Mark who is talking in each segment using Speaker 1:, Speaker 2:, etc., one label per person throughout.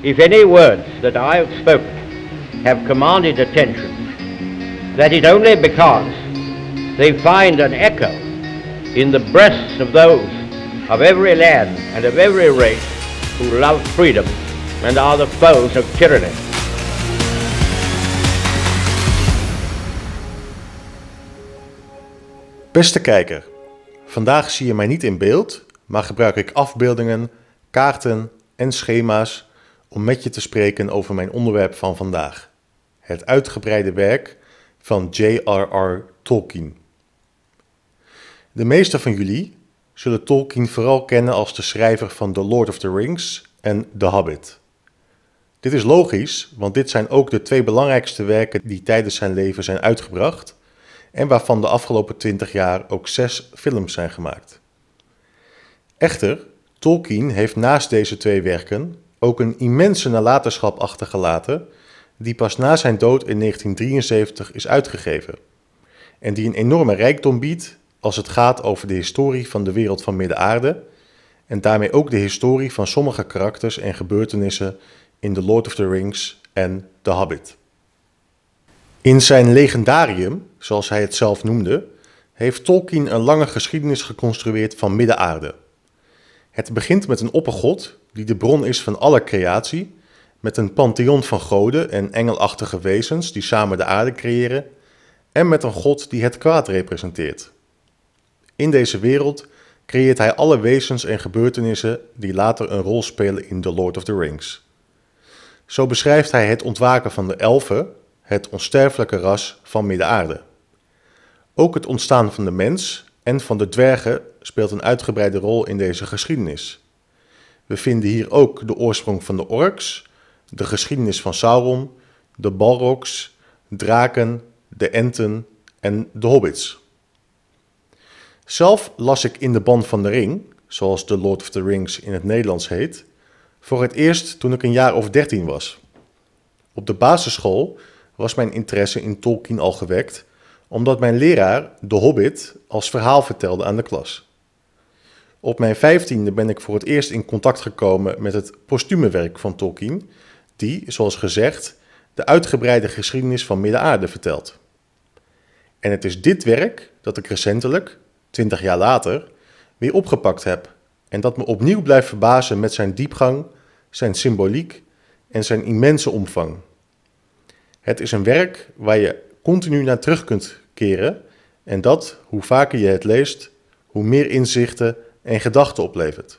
Speaker 1: If any words that I have spoken have commanded attention, that is only because they find an echo in the breasts of those of every land and of every race who love freedom and are the foes of tyranny.
Speaker 2: Beste kijker, vandaag zie je mij niet in beeld, maar gebruik ik afbeeldingen, kaarten en schema's om met je te spreken over mijn onderwerp van vandaag. Het uitgebreide werk van J.R.R. Tolkien. De meesten van jullie zullen Tolkien vooral kennen als de schrijver van The Lord of the Rings en The Hobbit. Dit is logisch, want dit zijn ook de twee belangrijkste werken die tijdens zijn leven zijn uitgebracht en waarvan de afgelopen 20 jaar ook 6 films zijn gemaakt. Echter, Tolkien heeft naast deze twee werken ook een immense nalatenschap achtergelaten die pas na zijn dood in 1973 is uitgegeven en die een enorme rijkdom biedt als het gaat over de historie van de wereld van Midden-aarde en daarmee ook de historie van sommige karakters en gebeurtenissen in The Lord of the Rings en The Hobbit. In zijn legendarium, zoals hij het zelf noemde, heeft Tolkien een lange geschiedenis geconstrueerd van Midden-aarde. Het begint met een oppergod die de bron is van alle creatie, met een pantheon van goden en engelachtige wezens die samen de aarde creëren, en met een god die het kwaad representeert. In deze wereld creëert hij alle wezens en gebeurtenissen die later een rol spelen in The Lord of the Rings. Zo beschrijft hij het ontwaken van de elfen, het onsterfelijke ras van Midden-aarde. Ook het ontstaan van de mens en van de dwergen speelt een uitgebreide rol in deze geschiedenis. We vinden hier ook de oorsprong van de orks, de geschiedenis van Sauron, de balrogs, draken, de enten en de hobbits. Zelf las ik In de Band van de Ring, zoals The Lord of the Rings in het Nederlands heet, voor het eerst toen ik een jaar of 13 was. Op de basisschool was mijn interesse in Tolkien al gewekt, omdat mijn leraar The Hobbit als verhaal vertelde aan de klas. Op mijn 15e ben ik voor het eerst in contact gekomen met het postume werk van Tolkien, die, zoals gezegd, de uitgebreide geschiedenis van Midden-aarde vertelt. En het is dit werk dat ik recentelijk, 20 jaar later, weer opgepakt heb en dat me opnieuw blijft verbazen met zijn diepgang, zijn symboliek en zijn immense omvang. Het is een werk waar je continu naar terug kunt keren en dat, hoe vaker je het leest, hoe meer inzichten en gedachten oplevert.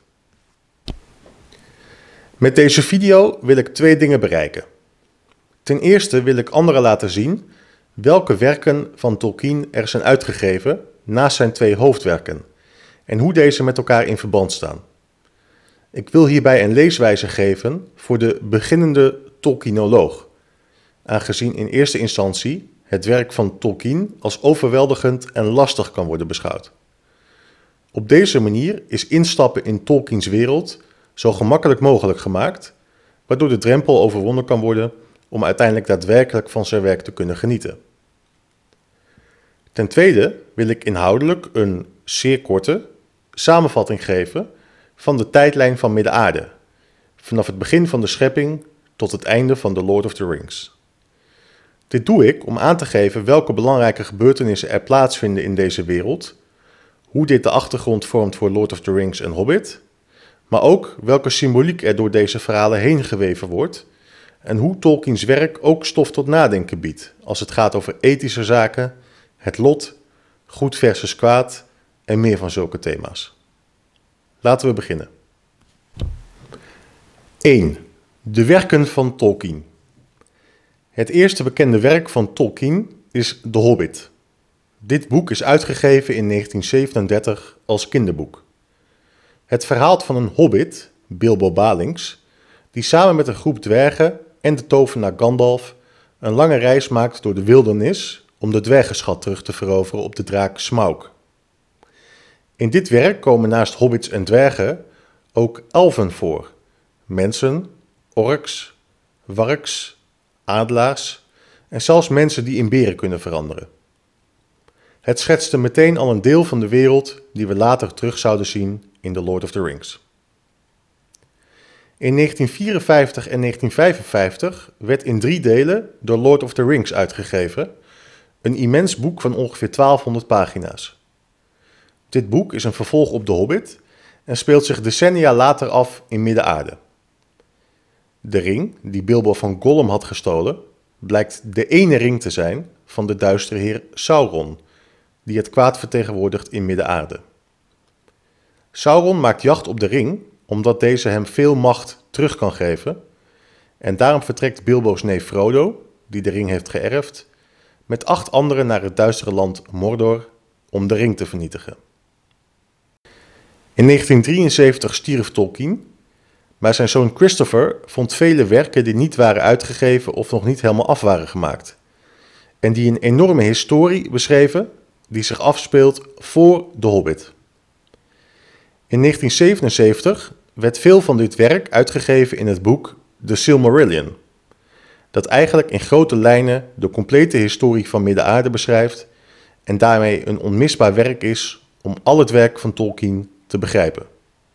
Speaker 2: Met deze video wil ik 2 dingen bereiken. Ten eerste wil ik anderen laten zien welke werken van Tolkien er zijn uitgegeven naast zijn 2 hoofdwerken en hoe deze met elkaar in verband staan. Ik wil hierbij een leeswijze geven voor de beginnende Tolkienoloog, aangezien in eerste instantie het werk van Tolkien als overweldigend en lastig kan worden beschouwd. Op deze manier is instappen in Tolkiens wereld zo gemakkelijk mogelijk gemaakt, waardoor de drempel overwonnen kan worden om uiteindelijk daadwerkelijk van zijn werk te kunnen genieten. Ten tweede wil ik inhoudelijk een zeer korte samenvatting geven van de tijdlijn van Midden-aarde, vanaf het begin van de schepping tot het einde van The Lord of the Rings. Dit doe ik om aan te geven welke belangrijke gebeurtenissen er plaatsvinden in deze wereld, hoe dit de achtergrond vormt voor Lord of the Rings en Hobbit, maar ook welke symboliek er door deze verhalen heen geweven wordt en hoe Tolkiens werk ook stof tot nadenken biedt als het gaat over ethische zaken, het lot, goed versus kwaad en meer van zulke thema's. Laten we beginnen. 1. De werken van Tolkien. Het eerste bekende werk van Tolkien is The Hobbit. Dit boek is uitgegeven in 1937 als kinderboek. Het verhaalt van een hobbit, Bilbo Balings, die samen met een groep dwergen en de tovenaar Gandalf een lange reis maakt door de wildernis om de dwergenschat terug te veroveren op de draak Smaug. In dit werk komen naast hobbits en dwergen ook elfen voor, mensen, orks, wargs, adelaars en zelfs mensen die in beren kunnen veranderen. Het schetste meteen al een deel van de wereld die we later terug zouden zien in The Lord of the Rings. In 1954 en 1955 werd in 3 delen The Lord of the Rings uitgegeven, een immens boek van ongeveer 1200 pagina's. Dit boek is een vervolg op The Hobbit en speelt zich decennia later af in Midden-Aarde. De ring, die Bilbo van Gollum had gestolen, blijkt de ene ring te zijn van de duistere heer Sauron, die het kwaad vertegenwoordigt in Midden-Aarde. Sauron maakt jacht op de ring, omdat deze hem veel macht terug kan geven, en daarom vertrekt Bilbo's neef Frodo, die de ring heeft geërfd, met 8 anderen naar het duistere land Mordor om de ring te vernietigen. In 1973 stierf Tolkien, maar zijn zoon Christopher vond vele werken die niet waren uitgegeven of nog niet helemaal af waren gemaakt, en die een enorme historie beschreven die zich afspeelt voor de Hobbit. In 1977 werd veel van dit werk uitgegeven in het boek The Silmarillion, dat eigenlijk in grote lijnen de complete historie van Midden-Aarde beschrijft en daarmee een onmisbaar werk is om al het werk van Tolkien te begrijpen.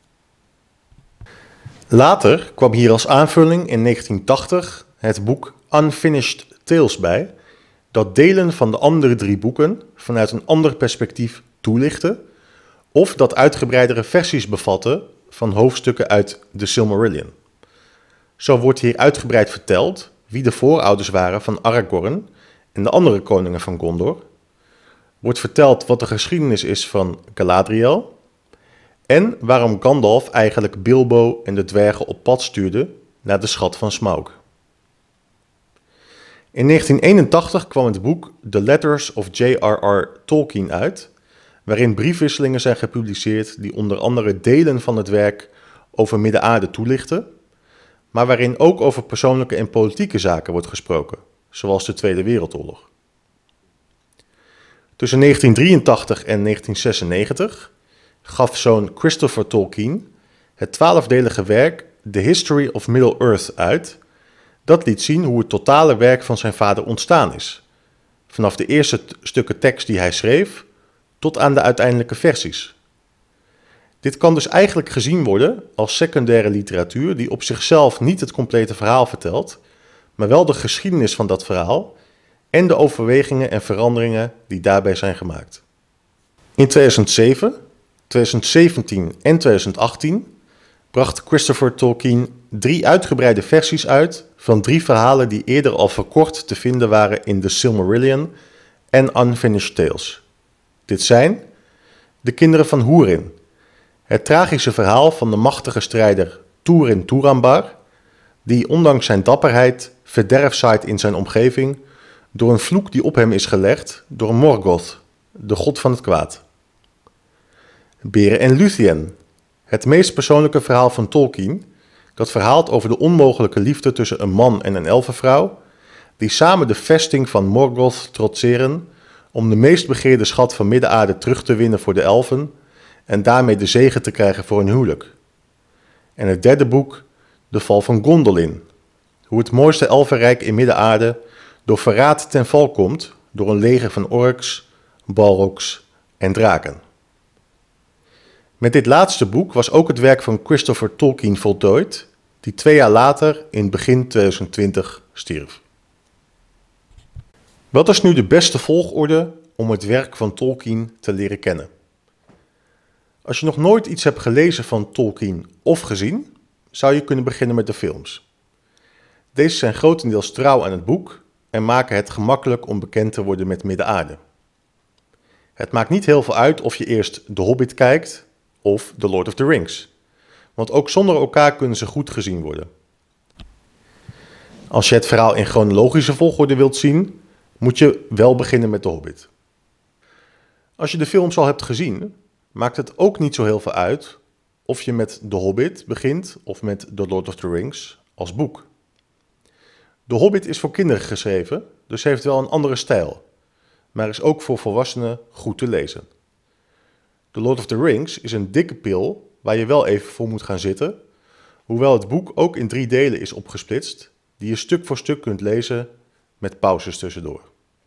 Speaker 2: Later kwam hier als aanvulling in 1980 het boek Unfinished Tales bij, dat delen van de andere 3 boeken vanuit een ander perspectief toelichtte, of dat uitgebreidere versies bevatte van hoofdstukken uit The Silmarillion. Zo wordt hier uitgebreid verteld wie de voorouders waren van Aragorn en de andere koningen van Gondor, wordt verteld wat de geschiedenis is van Galadriel en waarom Gandalf eigenlijk Bilbo en de dwergen op pad stuurde naar de schat van Smaug. In 1981 kwam het boek The Letters of J.R.R. Tolkien uit, waarin briefwisselingen zijn gepubliceerd die onder andere delen van het werk over Midden-Aarde toelichten, maar waarin ook over persoonlijke en politieke zaken wordt gesproken, zoals de Tweede Wereldoorlog. Tussen 1983 en 1996 gaf zoon Christopher Tolkien het 12-delige werk The History of Middle-earth uit, dat liet zien hoe het totale werk van zijn vader ontstaan is, vanaf de eerste stukken tekst die hij schreef tot aan de uiteindelijke versies. Dit kan dus eigenlijk gezien worden als secundaire literatuur die op zichzelf niet het complete verhaal vertelt, maar wel de geschiedenis van dat verhaal en de overwegingen en veranderingen die daarbij zijn gemaakt. In 2007, 2017 en 2018 bracht Christopher Tolkien 3 uitgebreide versies uit van 3 verhalen die eerder al verkort te vinden waren in The Silmarillion en Unfinished Tales. Dit zijn De Kinderen van Húrin, het tragische verhaal van de machtige strijder Túrin Turambar, die ondanks zijn dapperheid verderf zaait in zijn omgeving door een vloek die op hem is gelegd door Morgoth, de god van het kwaad. Beren en Lúthien, het meest persoonlijke verhaal van Tolkien, dat verhaalt over de onmogelijke liefde tussen een man en een elfenvrouw, die samen de vesting van Morgoth trotseren om de meest begeerde schat van Midden-Aarde terug te winnen voor de elfen en daarmee de zegen te krijgen voor hun huwelijk. En het derde boek, De Val van Gondolin, hoe het mooiste elfenrijk in Midden-Aarde door verraad ten val komt door een leger van orks, balrogs en draken. Met dit laatste boek was ook het werk van Christopher Tolkien voltooid, die 2 jaar later in begin 2020 stierf. Wat is nu de beste volgorde om het werk van Tolkien te leren kennen? Als je nog nooit iets hebt gelezen van Tolkien of gezien, zou je kunnen beginnen met de films. Deze zijn grotendeels trouw aan het boek en maken het gemakkelijk om bekend te worden met Midden-Aarde. Het maakt niet heel veel uit of je eerst The Hobbit kijkt of The Lord of the Rings, want ook zonder elkaar kunnen ze goed gezien worden. Als je het verhaal in chronologische volgorde wilt zien, moet je wel beginnen met The Hobbit. Als je de films al hebt gezien, maakt het ook niet zo heel veel uit of je met The Hobbit begint of met The Lord of the Rings als boek. The Hobbit is voor kinderen geschreven, dus heeft wel een andere stijl, maar is ook voor volwassenen goed te lezen. The Lord of the Rings is een dikke pil waar je wel even voor moet gaan zitten, hoewel het boek ook in 3 delen is opgesplitst, die je stuk voor stuk kunt lezen met pauzes tussendoor.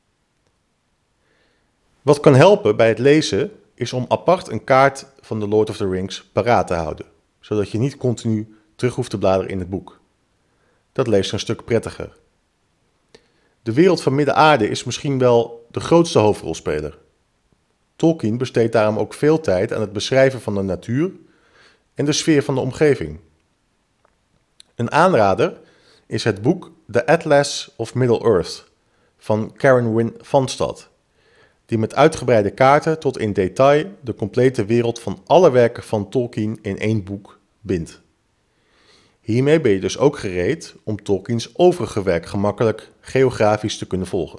Speaker 2: Wat kan helpen bij het lezen is om apart een kaart van The Lord of the Rings paraat te houden, zodat je niet continu terug hoeft te bladeren in het boek. Dat leest een stuk prettiger. De wereld van Midden-aarde is misschien wel de grootste hoofdrolspeler. Tolkien besteedt daarom ook veel tijd aan het beschrijven van de natuur en de sfeer van de omgeving. Een aanrader is het boek The Atlas of Middle-earth van Karen Wynne Vanstad, die met uitgebreide kaarten tot in detail de complete wereld van alle werken van Tolkien in één boek bindt. Hiermee ben je dus ook gereed om Tolkiens overige werk gemakkelijk geografisch te kunnen volgen.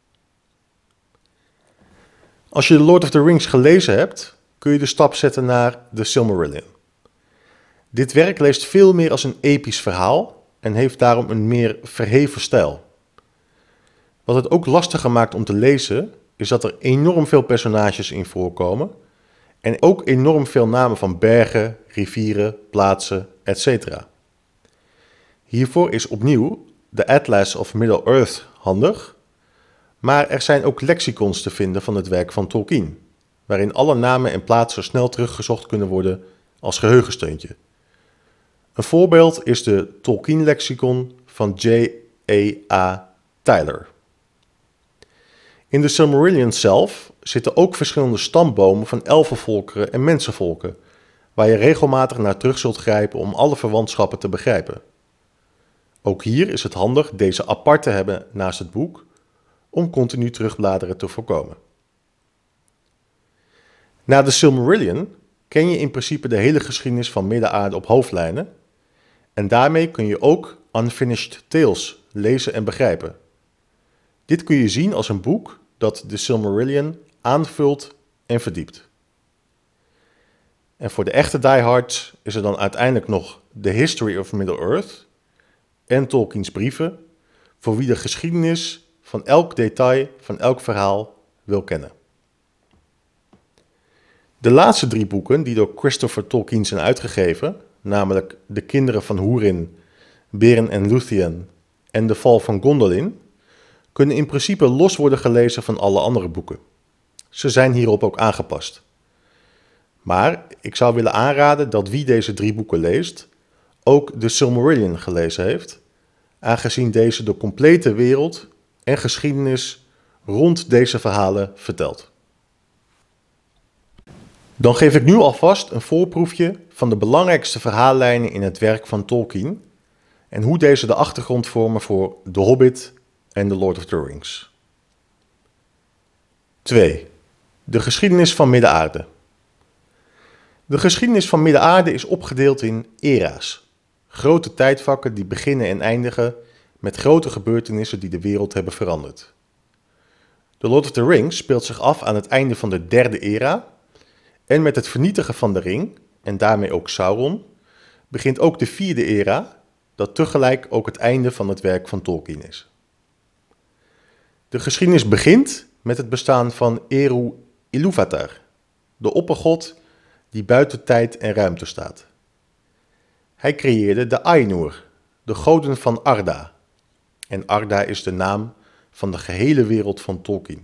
Speaker 2: Als je The Lord of the Rings gelezen hebt, kun je de stap zetten naar The Silmarillion. Dit werk leest veel meer als een episch verhaal en heeft daarom een meer verheven stijl. Wat het ook lastiger maakt om te lezen, is dat er enorm veel personages in voorkomen en ook enorm veel namen van bergen, rivieren, plaatsen, etc. Hiervoor is opnieuw de Atlas of Middle-earth handig, maar er zijn ook lexicons te vinden van het werk van Tolkien, waarin alle namen en plaatsen snel teruggezocht kunnen worden als geheugensteuntje. Een voorbeeld is de Tolkien-lexicon van J.A.A. Tyler. In de Silmarillion zelf zitten ook verschillende stambomen van elfenvolkeren en mensenvolken, waar je regelmatig naar terug zult grijpen om alle verwantschappen te begrijpen. Ook hier is het handig deze apart te hebben naast het boek, om continu terugbladeren te voorkomen. Na de Silmarillion ken je in principe de hele geschiedenis van Midden-aarde op hoofdlijnen en daarmee kun je ook Unfinished Tales lezen en begrijpen. Dit kun je zien als een boek dat de Silmarillion aanvult en verdiept. En voor de echte diehards is er dan uiteindelijk nog The History of Middle-earth en Tolkiens brieven, voor wie de geschiedenis van elk detail van elk verhaal wil kennen. De laatste 3 boeken die door Christopher Tolkien zijn uitgegeven, namelijk De Kinderen van Húrin, Beren en Lúthien en De Val van Gondolin, kunnen in principe los worden gelezen van alle andere boeken. Ze zijn hierop ook aangepast. Maar ik zou willen aanraden dat wie deze 3 boeken leest, ook de Silmarillion gelezen heeft, aangezien deze de complete wereld en geschiedenis rond deze verhalen vertelt. Dan geef ik nu alvast een voorproefje van de belangrijkste verhaallijnen in het werk van Tolkien en hoe deze de achtergrond vormen voor The Hobbit en The Lord of the Rings. 2. De geschiedenis van Midden-aarde. De geschiedenis van Midden-aarde is opgedeeld in era's, grote tijdvakken die beginnen en eindigen met grote gebeurtenissen die de wereld hebben veranderd. The Lord of the Rings speelt zich af aan het einde van de 3e era en met het vernietigen van de ring, en daarmee ook Sauron, begint ook de 4e era, dat tegelijk ook het einde van het werk van Tolkien is. De geschiedenis begint met het bestaan van Eru Ilúvatar, de oppergod die buiten tijd en ruimte staat. Hij creëerde de Ainur, de goden van Arda. En Arda is de naam van de gehele wereld van Tolkien.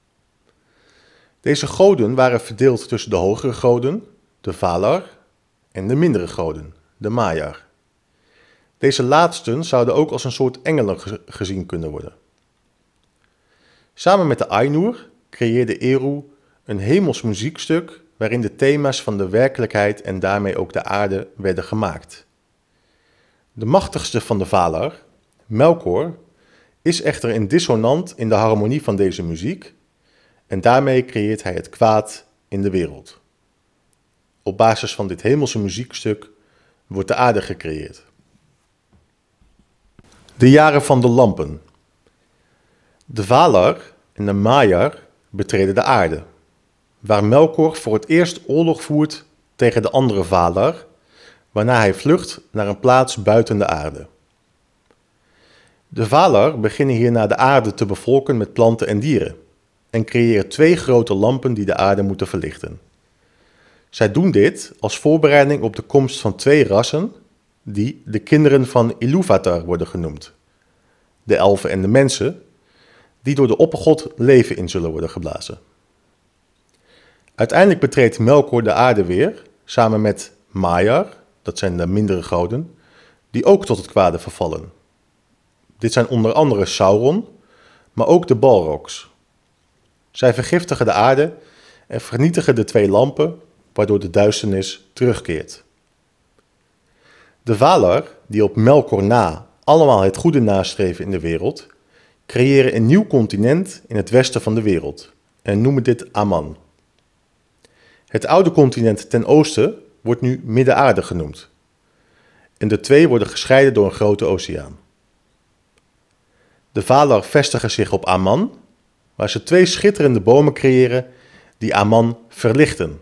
Speaker 2: Deze goden waren verdeeld tussen de hogere goden, de Valar, en de mindere goden, de Maiar. Deze laatsten zouden ook als een soort engelen gezien kunnen worden. Samen met de Ainur creëerde Eru een hemels muziekstuk waarin de thema's van de werkelijkheid en daarmee ook de aarde werden gemaakt. De machtigste van de Valar, Melkor, is echter een dissonant in de harmonie van deze muziek en daarmee creëert hij het kwaad in de wereld. Op basis van dit hemelse muziekstuk wordt de aarde gecreëerd. De jaren van de lampen. De Valar en de Maiar betreden de aarde, waar Melkor voor het eerst oorlog voert tegen de andere Valar, waarna hij vlucht naar een plaats buiten de aarde. De Valar beginnen hierna de aarde te bevolken met planten en dieren en creëren 2 grote lampen die de aarde moeten verlichten. Zij doen dit als voorbereiding op de komst van 2 rassen die de kinderen van Ilúvatar worden genoemd, de elfen en de mensen, die door de oppergod leven in zullen worden geblazen. Uiteindelijk betreedt Melkor de aarde weer, samen met Maiar, dat zijn de mindere goden, die ook tot het kwade vervallen. Dit zijn onder andere Sauron, maar ook de Balrogs. Zij vergiftigen de aarde en vernietigen de twee lampen, waardoor de duisternis terugkeert. De Valar, die op Melkor na allemaal het goede nastreven in de wereld, creëren een nieuw continent in het westen van de wereld en noemen dit Aman. Het oude continent ten oosten wordt nu Midden-aarde genoemd. En de twee worden gescheiden door een grote oceaan. De Valar vestigen zich op Aman, waar ze twee schitterende bomen creëren die Aman verlichten.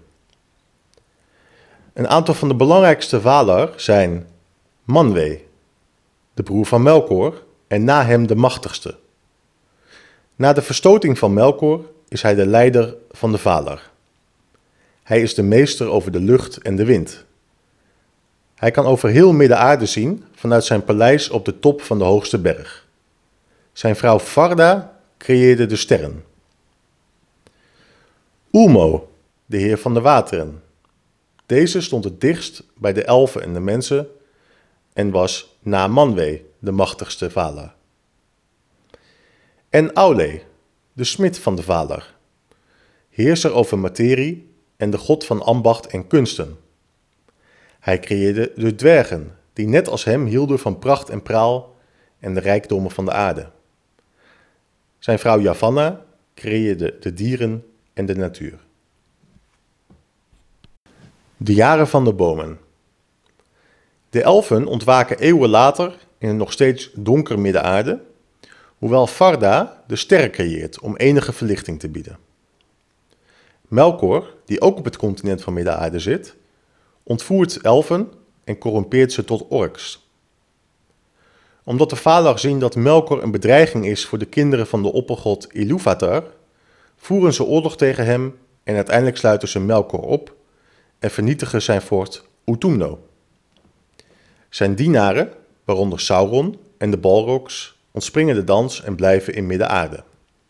Speaker 2: Een aantal van de belangrijkste Valar zijn Manwë, de broer van Melkor en na hem de machtigste. Na de verstoting van Melkor is hij de leider van de Valar. Hij is de meester over de lucht en de wind. Hij kan over heel Midden-aarde zien vanuit zijn paleis op de top van de hoogste berg. Zijn vrouw Varda creëerde de sterren. Ulmo, de heer van de wateren. Deze stond het dichtst bij de elfen en de mensen en was na Manwë de machtigste Valar. En Aule, de smid van de Valar, heerser over materie en de god van ambacht en kunsten. Hij creëerde de dwergen, die net als hem hielden van pracht en praal en de rijkdommen van de aarde. Zijn vrouw Yavanna creëerde de dieren en de natuur. De jaren van de bomen. De elfen ontwaken eeuwen later in een nog steeds donker Midden-aarde, hoewel Varda de sterren creëert om enige verlichting te bieden. Melkor, die ook op het continent van Midden-aarde zit, ontvoert elfen en corrumpeert ze tot orks. Omdat de Valar zien dat Melkor een bedreiging is voor de kinderen van de oppergod Ilúvatar, voeren ze oorlog tegen hem en uiteindelijk sluiten ze Melkor op en vernietigen zijn fort Utumno. Zijn dienaren, waaronder Sauron en de Balrogs, ontspringen de dans en blijven in Midden-aarde.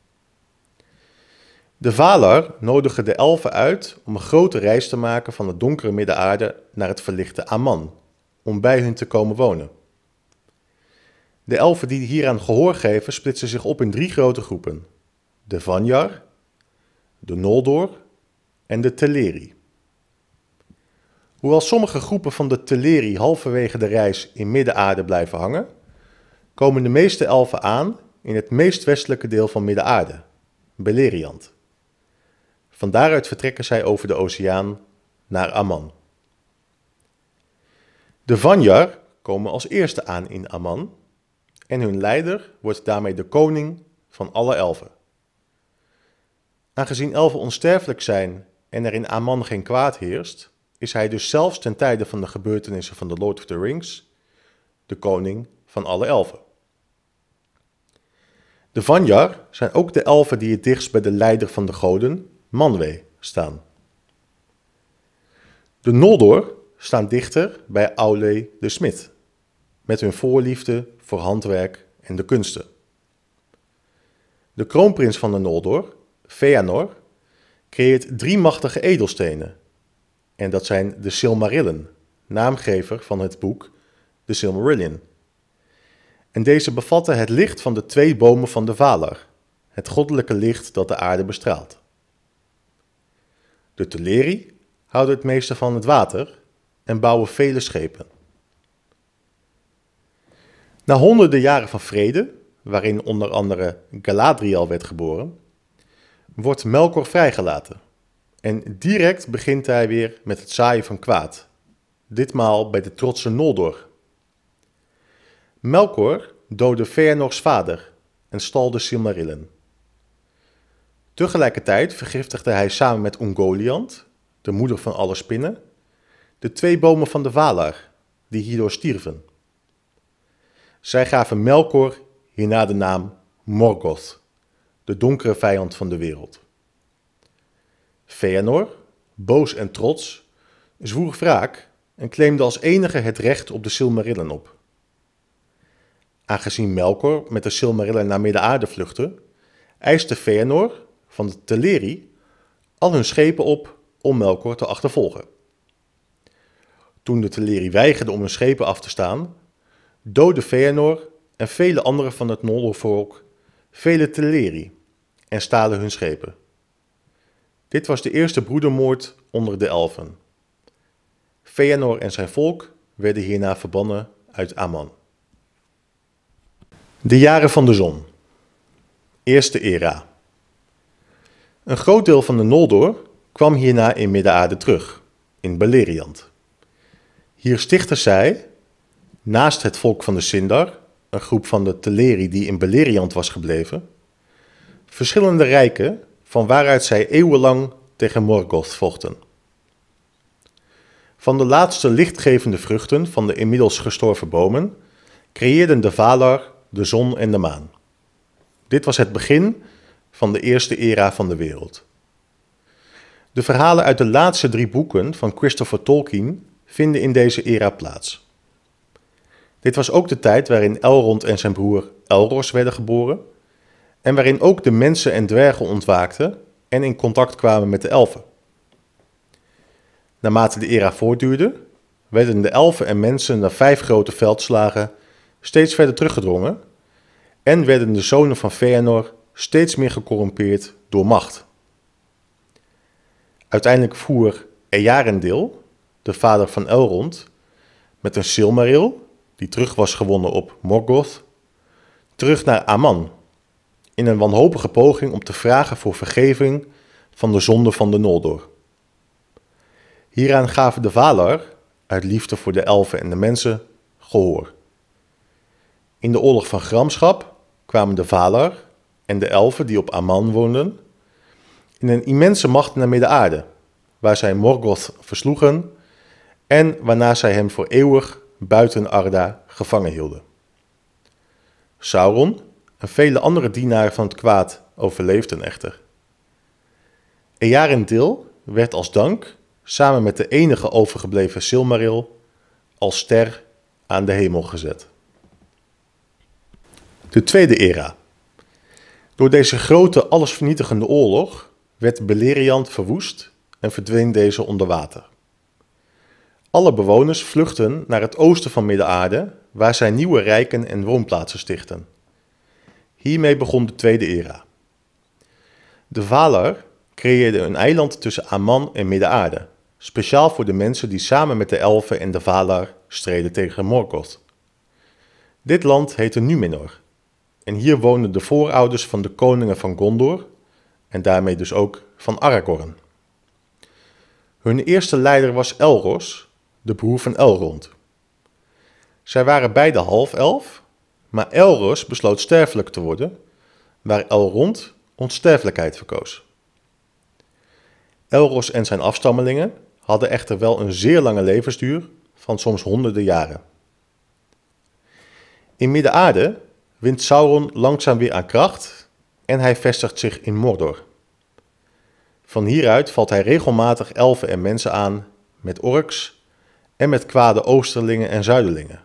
Speaker 2: De Valar nodigen de elfen uit om een grote reis te maken van het donkere Midden-aarde naar het verlichte Aman, om bij hun te komen wonen. De elfen die hieraan gehoor geven splitsen zich op in 3 grote groepen: de Vanjar, de Noldor en de Teleri. Hoewel sommige groepen van de Teleri halverwege de reis in Midden-aarde blijven hangen, komen de meeste elfen aan in het meest westelijke deel van Midden-aarde, Beleriand. Van daaruit vertrekken zij over de oceaan naar Aman. De Vanjar komen als eerste aan in Aman en hun leider wordt daarmee de koning van alle elfen. Aangezien elfen onsterfelijk zijn en er in Aman geen kwaad heerst, is hij dus zelfs ten tijde van de gebeurtenissen van The Lord of the Rings de koning van alle elfen. De Vanjar zijn ook de elfen die het dichtst bij de leider van de goden, Manwë, staan. De Noldor staan dichter bij Aule de smid, met hun voorliefde voor handwerk en de kunsten. De kroonprins van de Noldor, Feanor, creëert 3 machtige edelstenen. En dat zijn de Silmarillen, naamgever van het boek The Silmarillion. En deze bevatten het licht van de 2 bomen van de Valar, het goddelijke licht dat de aarde bestraalt. De Teleri houden het meeste van het water en bouwen vele schepen. Na honderden jaren van vrede, waarin onder andere Galadriel werd geboren, wordt Melkor vrijgelaten. En direct begint hij weer met het zaaien van kwaad, ditmaal bij de trotse Noldor. Melkor doodde Feanors vader en stal de Silmarillen. Tegelijkertijd vergiftigde hij samen met Ungoliant, de moeder van alle spinnen, de 2 bomen van de Valar, die hierdoor stierven. Zij gaven Melkor hierna de naam Morgoth, de donkere vijand van de wereld. Feanor, boos en trots, zwoer wraak en claimde als enige het recht op de Silmarillen op. Aangezien Melkor met de Silmarillen naar Midden-aarde vluchtte, eiste Feanor van de Teleri al hun schepen op om Melkor te achtervolgen. Toen de Teleri weigerden om hun schepen af te staan, doodde Feanor en vele anderen van het Noldorvolk vele Teleri en stalen hun schepen. Dit was de eerste broedermoord onder de elfen. Feanor en zijn volk werden hierna verbannen uit Aman. De jaren van de zon. Eerste era. Een groot deel van de Noldor kwam hierna in Midden-aarde terug, in Beleriand. Hier stichtten zij, naast het volk van de Sindar, een groep van de Teleri die in Beleriand was gebleven, verschillende rijken van waaruit zij eeuwenlang tegen Morgoth vochten. Van de laatste lichtgevende vruchten van de inmiddels gestorven bomen creëerden de Valar de zon en de maan. Dit was het begin van de eerste era van de wereld. De verhalen uit de laatste 3 boeken van Christopher Tolkien vinden in deze era plaats. Dit was ook de tijd waarin Elrond en zijn broer Elros werden geboren en waarin ook de mensen en dwergen ontwaakten en in contact kwamen met de elfen. Naarmate de era voortduurde, werden de elfen en mensen na 5 grote veldslagen steeds verder teruggedrongen en werden de zonen van Feanor steeds meer gecorrumpeerd door macht. Uiteindelijk voer Eärendil, de vader van Elrond, met een Silmaril, die terug was gewonnen op Morgoth, terug naar Aman, in een wanhopige poging om te vragen voor vergeving van de zonde van de Noldor. Hieraan gaven de Valar, uit liefde voor de elfen en de mensen, gehoor. In de oorlog van gramschap kwamen de Valar en de elfen die op Aman woonden in een immense macht naar Midden-aarde, waar zij Morgoth versloegen en waarna zij hem voor eeuwig buiten Arda gevangen hielden. Sauron en vele andere dienaren van het kwaad overleefden echter. Eärendil werd als dank, samen met de enige overgebleven Silmaril, als ster aan de hemel gezet. De tweede era. Door deze grote, allesvernietigende oorlog werd Beleriand verwoest en verdween deze onder water. Alle bewoners vluchtten naar het oosten van Midden-aarde, waar zij nieuwe rijken en woonplaatsen stichtten. Hiermee begon de tweede era. De Valar creëerden een eiland tussen Aman en Midden-aarde, speciaal voor de mensen die samen met de elfen en de Valar streden tegen Morgoth. Dit land heette Númenor en hier woonden de voorouders van de koningen van Gondor en daarmee dus ook van Aragorn. Hun eerste leider was Elros, de broer van Elrond. Zij waren beide half-elf, maar Elros besloot sterfelijk te worden, waar Elrond onsterfelijkheid verkoos. Elros en zijn afstammelingen hadden echter wel een zeer lange levensduur van soms honderden jaren. In Midden-aarde wint Sauron langzaam weer aan kracht en hij vestigt zich in Mordor. Van hieruit valt hij regelmatig elfen en mensen aan met orks en met kwade oosterlingen en zuiderlingen.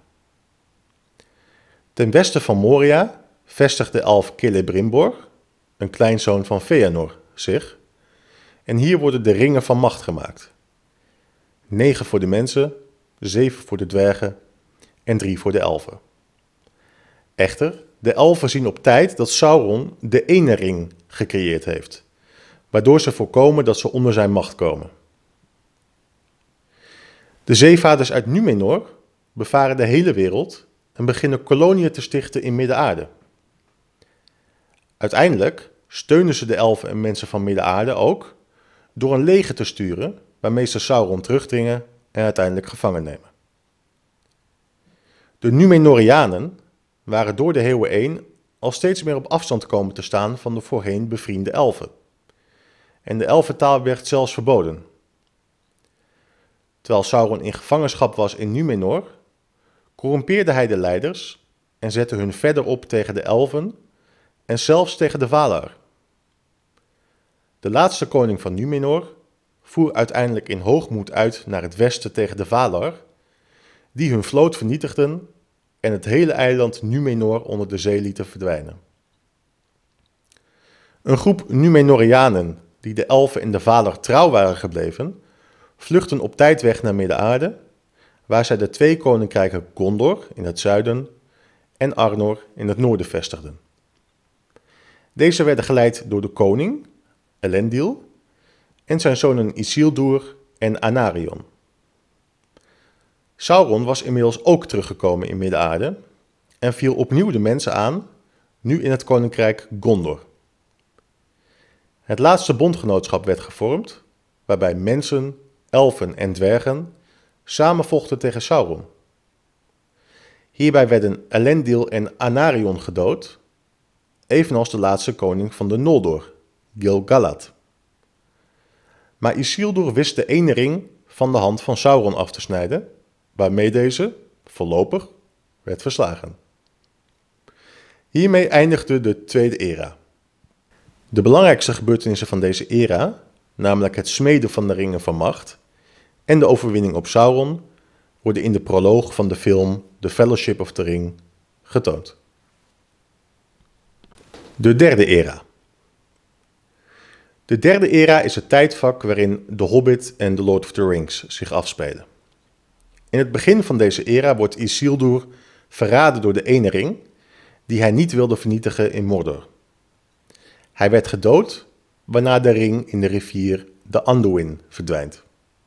Speaker 2: Ten westen van Moria vestigt de elf Celebrimbor, een kleinzoon van Feanor, zich en hier worden de ringen van macht gemaakt. 9 voor de mensen, 7 voor de dwergen en 3 voor de elfen. Echter, de elfen zien op tijd dat Sauron de ene ring gecreëerd heeft, waardoor ze voorkomen dat ze onder zijn macht komen. De zeevaders uit Númenor bevaren de hele wereld en beginnen koloniën te stichten in Midden-aarde. Uiteindelijk steunen ze de elfen en mensen van Midden-aarde ook door een leger te sturen waarmee ze Sauron terugdringen en uiteindelijk gevangen nemen. De Númenorianen waren door de eeuwen heen al steeds meer op afstand komen te staan van de voorheen bevriende elfen. En de elfentaal werd zelfs verboden. Terwijl Sauron in gevangenschap was in Númenor, corrumpeerde hij de leiders en zette hun verder op tegen de elfen en zelfs tegen de Valar. De laatste koning van Númenor voer uiteindelijk in hoogmoed uit naar het westen tegen de Valar, die hun vloot vernietigden en het hele eiland Númenor onder de zee lieten verdwijnen. Een groep Númenorianen die de elfen en de Valar trouw waren gebleven, vluchten op tijd weg naar Midden-aarde, waar zij de twee koninkrijken Gondor in het zuiden en Arnor in het noorden vestigden. Deze werden geleid door de koning, Elendil, en zijn zonen Isildur en Anarion. Sauron was inmiddels ook teruggekomen in Midden-aarde en viel opnieuw de mensen aan, nu in het koninkrijk Gondor. Het laatste bondgenootschap werd gevormd, waarbij mensen, elfen en dwergen samen vochten tegen Sauron. Hierbij werden Elendil en Anarion gedood, evenals de laatste koning van de Noldor, Gil-galad. Maar Isildur wist de ene ring van de hand van Sauron af te snijden, waarmee deze, voorlopig, werd verslagen. Hiermee eindigde de Tweede Era. De belangrijkste gebeurtenissen van deze era, namelijk het smeden van de ringen van macht en de overwinning op Sauron, worden in de proloog van de film The Fellowship of the Ring getoond. De Derde Era. De Derde Era is het tijdvak waarin The Hobbit en The Lord of the Rings zich afspelen. In het begin van deze era wordt Isildur verraden door de ene ring, die hij niet wilde vernietigen in Mordor. Hij werd gedood, waarna de ring in de rivier de Anduin verdwijnt.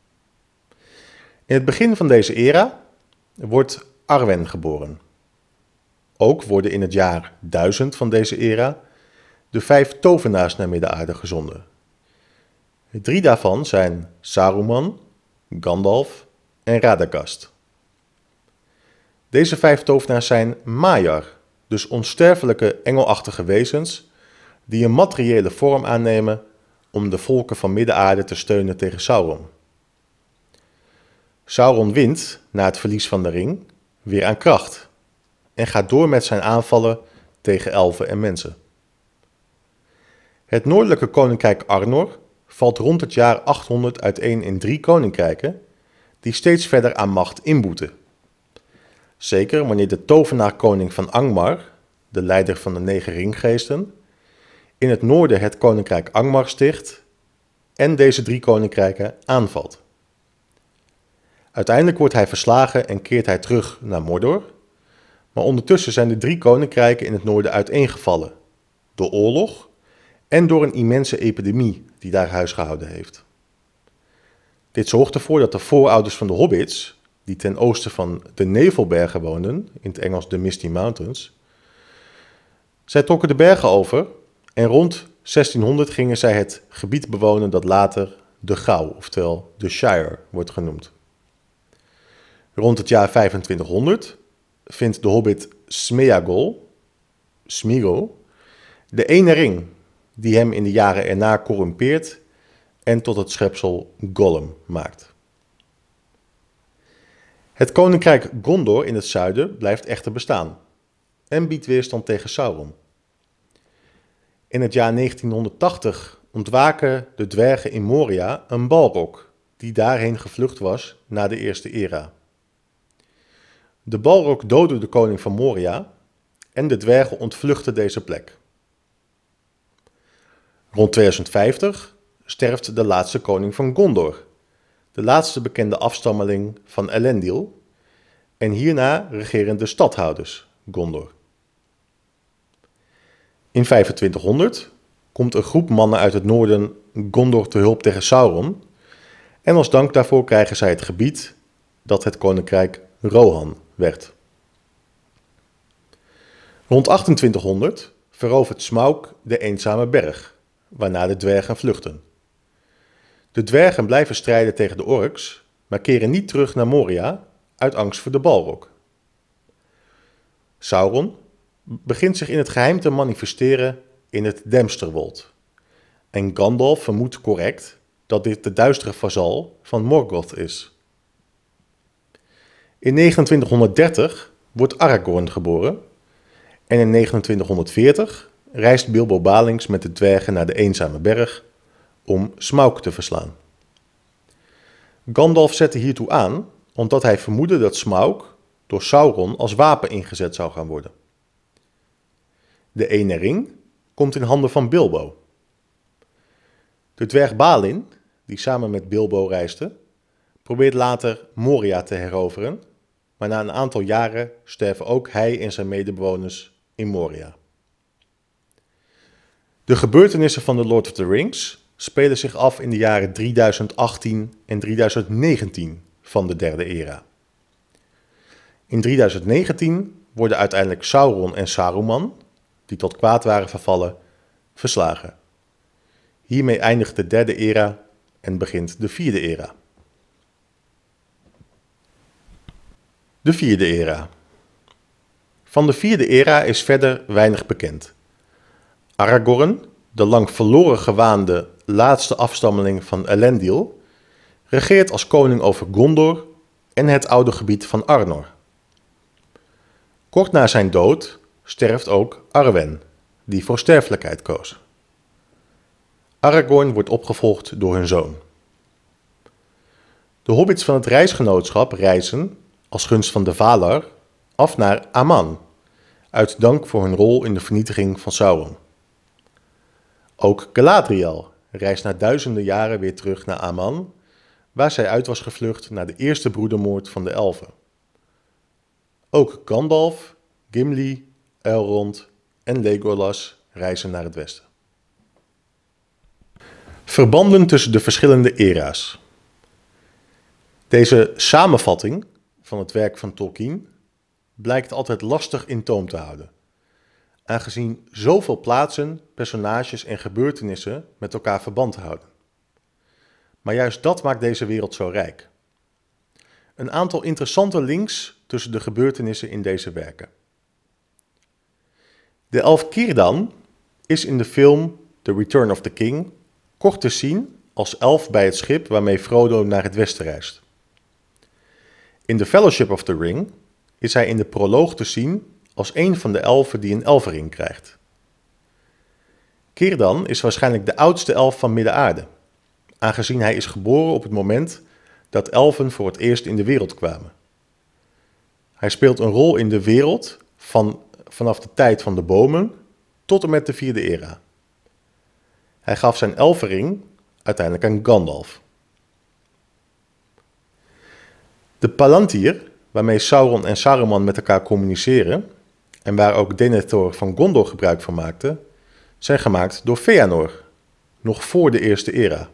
Speaker 2: In het begin van deze era wordt Arwen geboren. Ook worden in het jaar 1000 van deze era de 5 tovenaars naar Midden-aarde gezonden. 3 daarvan zijn Saruman, Gandalf en Radagast. Deze 5 tovenaars zijn Maiar, dus onsterfelijke engelachtige wezens die een materiële vorm aannemen om de volken van Midden-aarde te steunen tegen Sauron. Sauron wint, na het verlies van de ring, weer aan kracht en gaat door met zijn aanvallen tegen elfen en mensen. Het noordelijke koninkrijk Arnor valt rond het jaar 800 uiteen in 3 koninkrijken die steeds verder aan macht inboeten. Zeker wanneer de tovenaar-koning van Angmar, de leider van de 9 ringgeesten, in het noorden het koninkrijk Angmar sticht en deze 3 koninkrijken aanvalt. Uiteindelijk wordt hij verslagen en keert hij terug naar Mordor, maar ondertussen zijn de 3 koninkrijken in het noorden uiteengevallen, door oorlog en door een immense epidemie die daar huisgehouden heeft. Dit zorgt ervoor dat de voorouders van de hobbits, die ten oosten van de Nevelbergen woonden, in het Engels de Misty Mountains, zij trokken de bergen over en rond 1600 gingen zij het gebied bewonen dat later de Gauw, oftewel de Shire, wordt genoemd. Rond het jaar 2500 vindt de hobbit Smeagol, Smeagol, de ene ring die hem in de jaren erna corrumpeert en tot het schepsel Gollum maakt. Het koninkrijk Gondor in het zuiden blijft echter bestaan en biedt weerstand tegen Sauron. In het jaar 1980 ontwaken de dwergen in Moria een Balrog die daarheen gevlucht was na de Eerste Era. De Balrog doodde de koning van Moria en de dwergen ontvluchten deze plek. Rond 2050 sterft de laatste koning van Gondor, de laatste bekende afstammeling van Elendil, en hierna regeren de stadhouders Gondor. In 2500 komt een groep mannen uit het noorden Gondor te hulp tegen Sauron en als dank daarvoor krijgen zij het gebied dat het koninkrijk Rohan werd. Rond 2800 verovert Smaug de Eenzame Berg, waarna de dwergen vluchten. De dwergen blijven strijden tegen de orks, maar keren niet terug naar Moria uit angst voor de Balrog. Sauron begint zich in het geheim te manifesteren in het Dempsterwold. En Gandalf vermoedt correct dat dit de duistere vazal van Morgoth is. In 2930 wordt Aragorn geboren en in 2940 reist Bilbo Balings met de dwergen naar de Eenzame Berg om Smaug te verslaan. Gandalf zette hiertoe aan omdat hij vermoedde dat Smaug door Sauron als wapen ingezet zou gaan worden. De ene ring komt in handen van Bilbo. De dwerg Balin, die samen met Bilbo reisde, probeert later Moria te heroveren, maar na een aantal jaren sterven ook hij en zijn medebewoners in Moria. De gebeurtenissen van The Lord of the Rings spelen zich af in de jaren 3018 en 3019 van de derde era. In 3019 worden uiteindelijk Sauron en Saruman, die tot kwaad waren vervallen, verslagen. Hiermee eindigt de derde era en begint de vierde era. De vierde era. Van de vierde era is verder weinig bekend. Aragorn, de lang verloren gewaande laatste afstammeling van Elendil, regeert als koning over Gondor en het oude gebied van Arnor. Kort na zijn dood sterft ook Arwen, die voor sterfelijkheid koos. Aragorn wordt opgevolgd door hun zoon. De hobbits van het reisgenootschap reizen, als gunst van de Valar, af naar Aman, uit dank voor hun rol in de vernietiging van Sauron. Ook Galadriel reist na duizenden jaren weer terug naar Aman, waar zij uit was gevlucht na de eerste broedermoord van de elfen. Ook Gandalf, Gimli, Elrond en Legolas reizen naar het westen. Verbanden tussen de verschillende era's. Deze samenvatting van het werk van Tolkien blijkt altijd lastig in toom te houden, aangezien zoveel plaatsen, personages en gebeurtenissen met elkaar verband houden. Maar juist dat maakt deze wereld zo rijk. Een aantal interessante links tussen de gebeurtenissen in deze werken. De elf Círdan is in de film The Return of the King kort te zien als elf bij het schip waarmee Frodo naar het westen reist. In The Fellowship of the Ring is hij in de proloog te zien als een van de elfen die een elfenring krijgt. Círdan is waarschijnlijk de oudste elf van Midden-aarde, aangezien hij is geboren op het moment dat elfen voor het eerst in de wereld kwamen. Hij speelt een rol in de wereld vanaf de tijd van de bomen tot en met de vierde era. Hij gaf zijn elfenring uiteindelijk aan Gandalf. De Palantir, waarmee Sauron en Saruman met elkaar communiceren en waar ook Denethor van Gondor gebruik van maakte, zijn gemaakt door Feanor, nog voor de eerste era.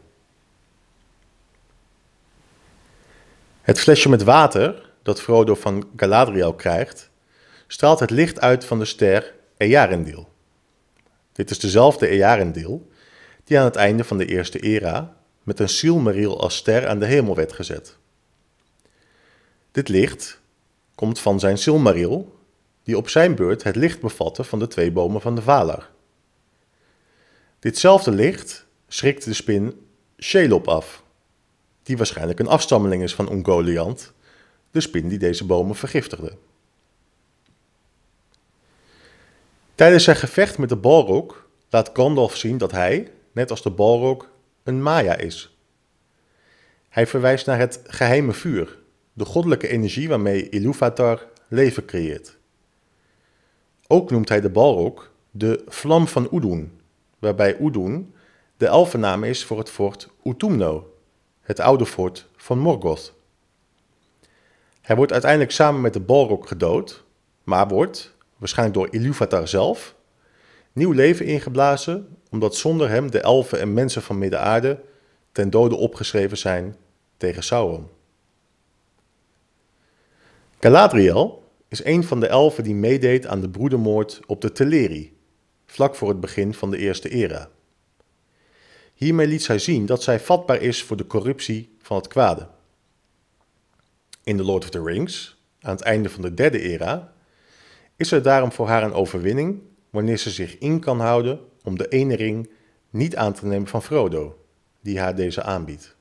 Speaker 2: Het flesje met water dat Frodo van Galadriel krijgt, straalt het licht uit van de ster Eärendil. Dit is dezelfde Eärendil die aan het einde van de eerste era met een Silmaril als ster aan de hemel werd gezet. Dit licht komt van zijn Silmaril, die op zijn beurt het licht bevatte van de twee bomen van de Valar. Ditzelfde licht schrikt de spin Shelob af, die waarschijnlijk een afstammeling is van Ungoliant, de spin die deze bomen vergiftigde. Tijdens zijn gevecht met de Balrog laat Gandalf zien dat hij, net als de Balrog, een Maya is. Hij verwijst naar het geheime vuur, de goddelijke energie waarmee Ilúvatar leven creëert. Ook noemt hij de Balrog de vlam van Udun, waarbij Udun de elfennaam is voor het fort Utumno, het oude fort van Morgoth. Hij wordt uiteindelijk samen met de Balrog gedood, maar wordt, waarschijnlijk door Ilúvatar zelf, nieuw leven ingeblazen, omdat zonder hem de elfen en mensen van Midden-aarde ten dode opgeschreven zijn tegen Sauron. Galadriel is een van de elfen die meedeed aan de broedermoord op de Teleri, vlak voor het begin van de eerste era. Hiermee liet zij zien dat zij vatbaar is voor de corruptie van het kwade. In The Lord of the Rings, aan het einde van de derde era, is er daarom voor haar een overwinning wanneer ze zich in kan houden om de ene ring niet aan te nemen van Frodo, die haar deze aanbiedt.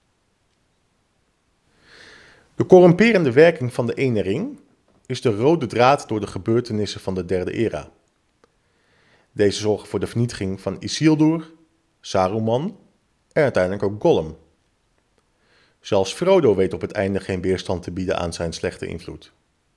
Speaker 2: De corrumperende werking van de ene ring is de rode draad door de gebeurtenissen van de derde era. Deze zorgen voor de vernietiging van Isildur, Saruman en uiteindelijk ook Gollum. Zelfs Frodo weet op het einde geen weerstand te bieden aan zijn slechte invloed.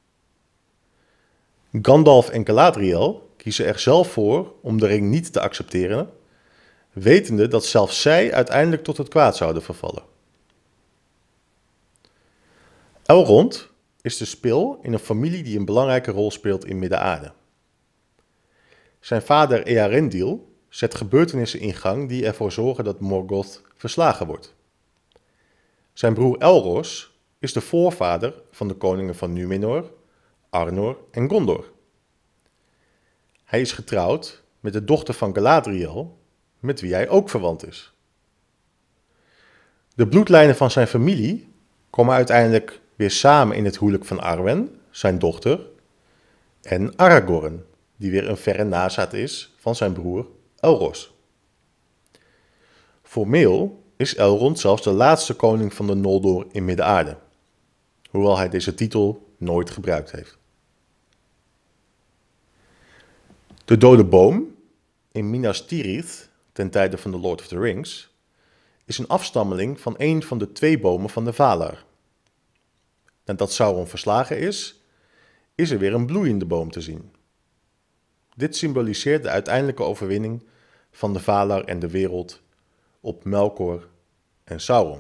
Speaker 2: Gandalf en Galadriel kiezen er zelf voor om de ring niet te accepteren, wetende dat zelfs zij uiteindelijk tot het kwaad zouden vervallen. Elrond is de spil in een familie die een belangrijke rol speelt in Midden-Aarde. Zijn vader Eärendil zet gebeurtenissen in gang die ervoor zorgen dat Morgoth verslagen wordt. Zijn broer Elros is de voorvader van de koningen van Númenor, Arnor en Gondor. Hij is getrouwd met de dochter van Galadriel, met wie hij ook verwant is. De bloedlijnen van zijn familie komen uiteindelijk weer samen in het huwelijk van Arwen, zijn dochter, en Aragorn, die weer een verre nazaat is van zijn broer Elros. Formeel is Elrond zelfs de laatste koning van de Noldor in Midden-Aarde, hoewel hij deze titel nooit gebruikt heeft. De dode boom in Minas Tirith, ten tijde van The Lord of the Rings, is een afstammeling van een van de 2 bomen van de Valar. Nadat Sauron verslagen is er weer een bloeiende boom te zien. Dit symboliseert de uiteindelijke overwinning van de Valar en de wereld op Melkor en Sauron.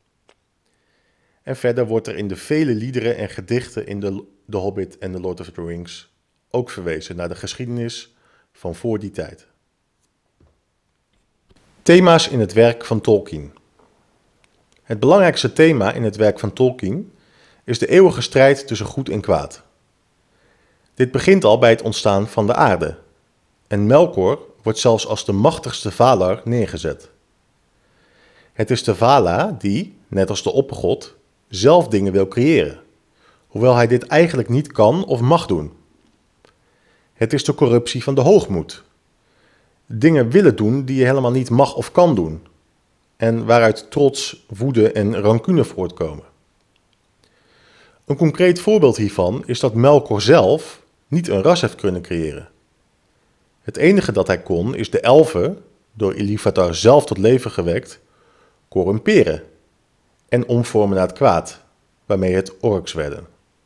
Speaker 2: En verder wordt er in de vele liederen en gedichten in The Hobbit en The Lord of the Rings ook verwezen naar de geschiedenis van voor die tijd. Thema's in het werk van Tolkien. Het belangrijkste thema in het werk van Tolkien is de eeuwige strijd tussen goed en kwaad. Dit begint al bij het ontstaan van de aarde. En Melkor wordt zelfs als de machtigste Valar neergezet. Het is de Vala die, net als de oppergod, zelf dingen wil creëren, hoewel hij dit eigenlijk niet kan of mag doen. Het is de corruptie van de hoogmoed. Dingen willen doen die je helemaal niet mag of kan doen, en waaruit trots, woede en rancune voortkomen. Een concreet voorbeeld hiervan is dat Melkor zelf niet een ras heeft kunnen creëren. Het enige dat hij kon is de elfen, door Ilúvatar zelf tot leven gewekt, corrumperen en omvormen naar het kwaad, waarmee het orks werden.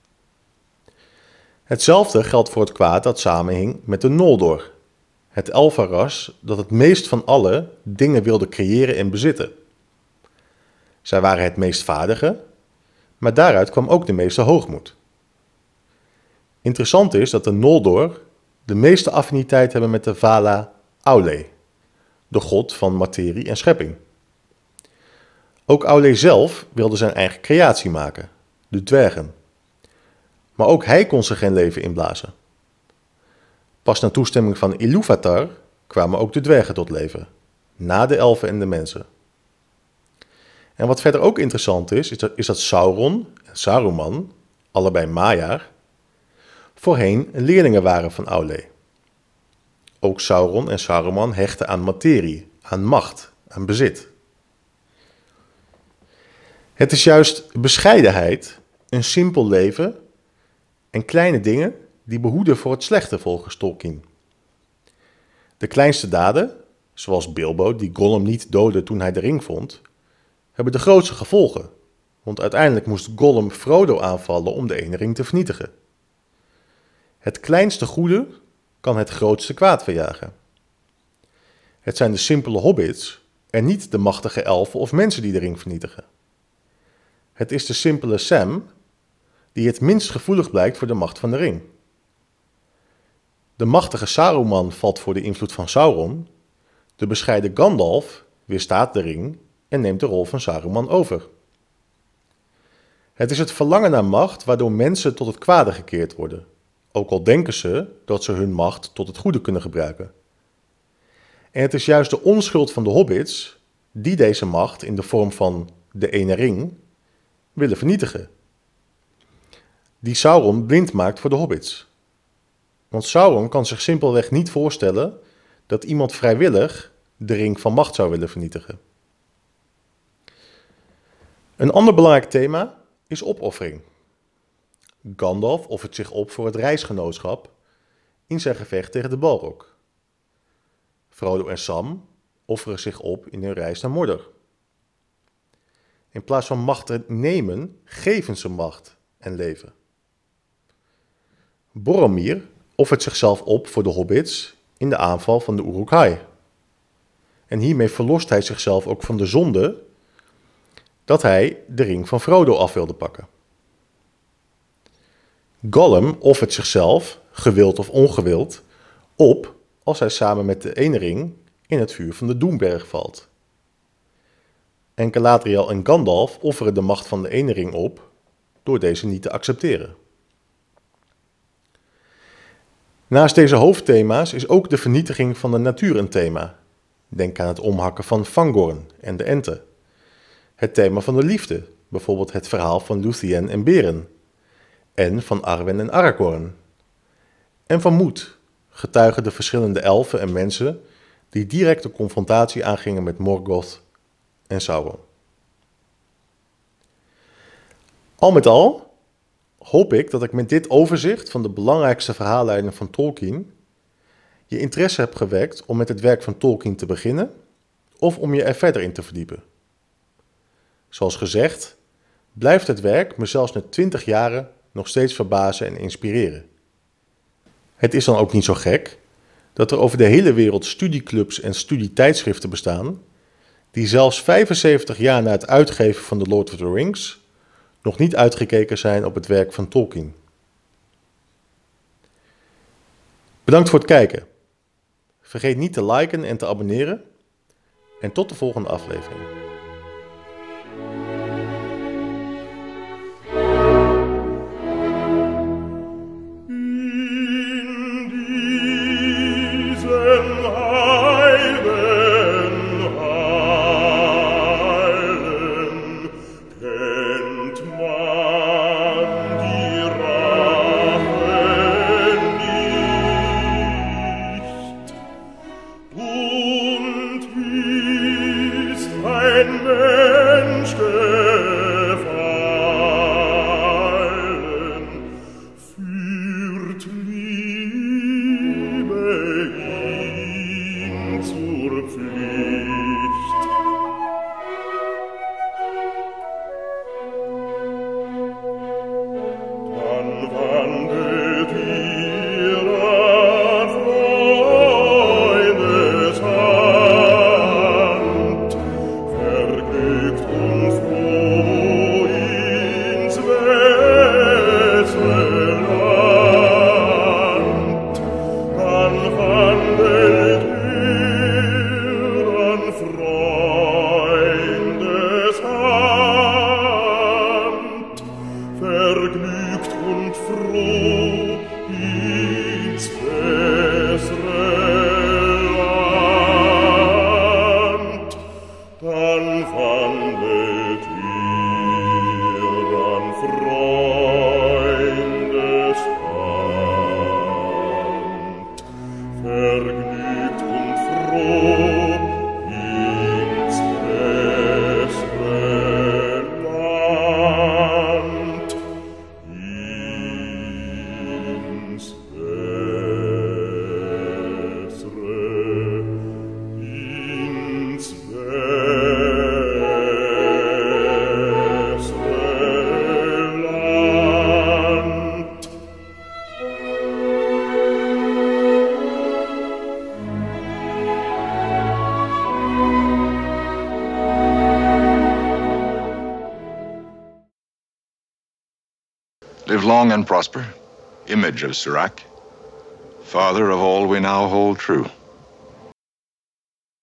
Speaker 2: Hetzelfde geldt voor het kwaad dat samenhing met de Noldor, het elfenras dat het meest van alle dingen wilde creëren en bezitten. Zij waren het meest vaardige, maar daaruit kwam ook de meeste hoogmoed. Interessant is dat de Noldor de meeste affiniteit hebben met de Vala Aule, de god van materie en schepping. Ook Aule zelf wilde zijn eigen creatie maken, de dwergen. Maar ook hij kon zich geen leven inblazen. Pas na toestemming van Ilúvatar kwamen ook de dwergen tot leven, na de elfen en de mensen. En wat verder ook interessant is dat Sauron en Saruman, allebei Maiar, voorheen leerlingen waren van Aule. Ook Sauron en Saruman hechten aan materie, aan macht, aan bezit. Het is juist bescheidenheid, een simpel leven en kleine dingen die behoeden voor het slechte volgens Tolkien. De kleinste daden, zoals Bilbo die Gollum niet doodde toen hij de ring vond, hebben de grootste gevolgen, want uiteindelijk moest Gollum Frodo aanvallen om de ene ring te vernietigen. Het kleinste goede kan het grootste kwaad verjagen. Het zijn de simpele hobbits en niet de machtige elfen of mensen die de ring vernietigen. Het is de simpele Sam die het minst gevoelig blijkt voor de macht van de ring. De machtige Saruman valt voor de invloed van Sauron, de bescheiden Gandalf weerstaat de ring en neemt de rol van Saruman over. Het is het verlangen naar macht waardoor mensen tot het kwade gekeerd worden, ook al denken ze dat ze hun macht tot het goede kunnen gebruiken. En het is juist de onschuld van de hobbits die deze macht in de vorm van de ene ring willen vernietigen. Die Sauron blind maakt voor de hobbits. Want Sauron kan zich simpelweg niet voorstellen dat iemand vrijwillig de ring van macht zou willen vernietigen. Een ander belangrijk thema is opoffering. Gandalf offert zich op voor het reisgenootschap in zijn gevecht tegen de Balrog. Frodo en Sam offeren zich op in hun reis naar Mordor. In plaats van macht te nemen, geven ze macht en leven. Boromir offert zichzelf op voor de hobbits in de aanval van de Uruk-hai. En hiermee verlost hij zichzelf ook van de zonde dat hij de ring van Frodo af wilde pakken. Gollum offert zichzelf, gewild of ongewild, op als hij samen met de ene ring in het vuur van de Doemberg valt. En Galadriel en Gandalf offeren de macht van de ene ring op door deze niet te accepteren. Naast deze hoofdthema's is ook de vernietiging van de natuur een thema. Denk aan het omhakken van Fangorn en de Enten. Het thema van de liefde, bijvoorbeeld het verhaal van Luthien en Beren. En van Arwen en Aragorn. En van moed, getuigen de verschillende elfen en mensen die direct de confrontatie aangingen met Morgoth en Sauron. Al met al hoop ik dat ik met dit overzicht van de belangrijkste verhaallijnen van Tolkien je interesse heb gewekt om met het werk van Tolkien te beginnen of om je er verder in te verdiepen. Zoals gezegd, blijft het werk me zelfs na 20 jaren nog steeds verbazen en inspireren. Het is dan ook niet zo gek dat er over de hele wereld studieclubs en studietijdschriften bestaan die zelfs 75 jaar na het uitgeven van The Lord of the Rings nog niet uitgekeken zijn op het werk van Tolkien. Bedankt voor het kijken. Vergeet niet te liken en te abonneren. En tot de volgende aflevering.
Speaker 3: Live long and prosper, image of Serac, father of all we now hold true.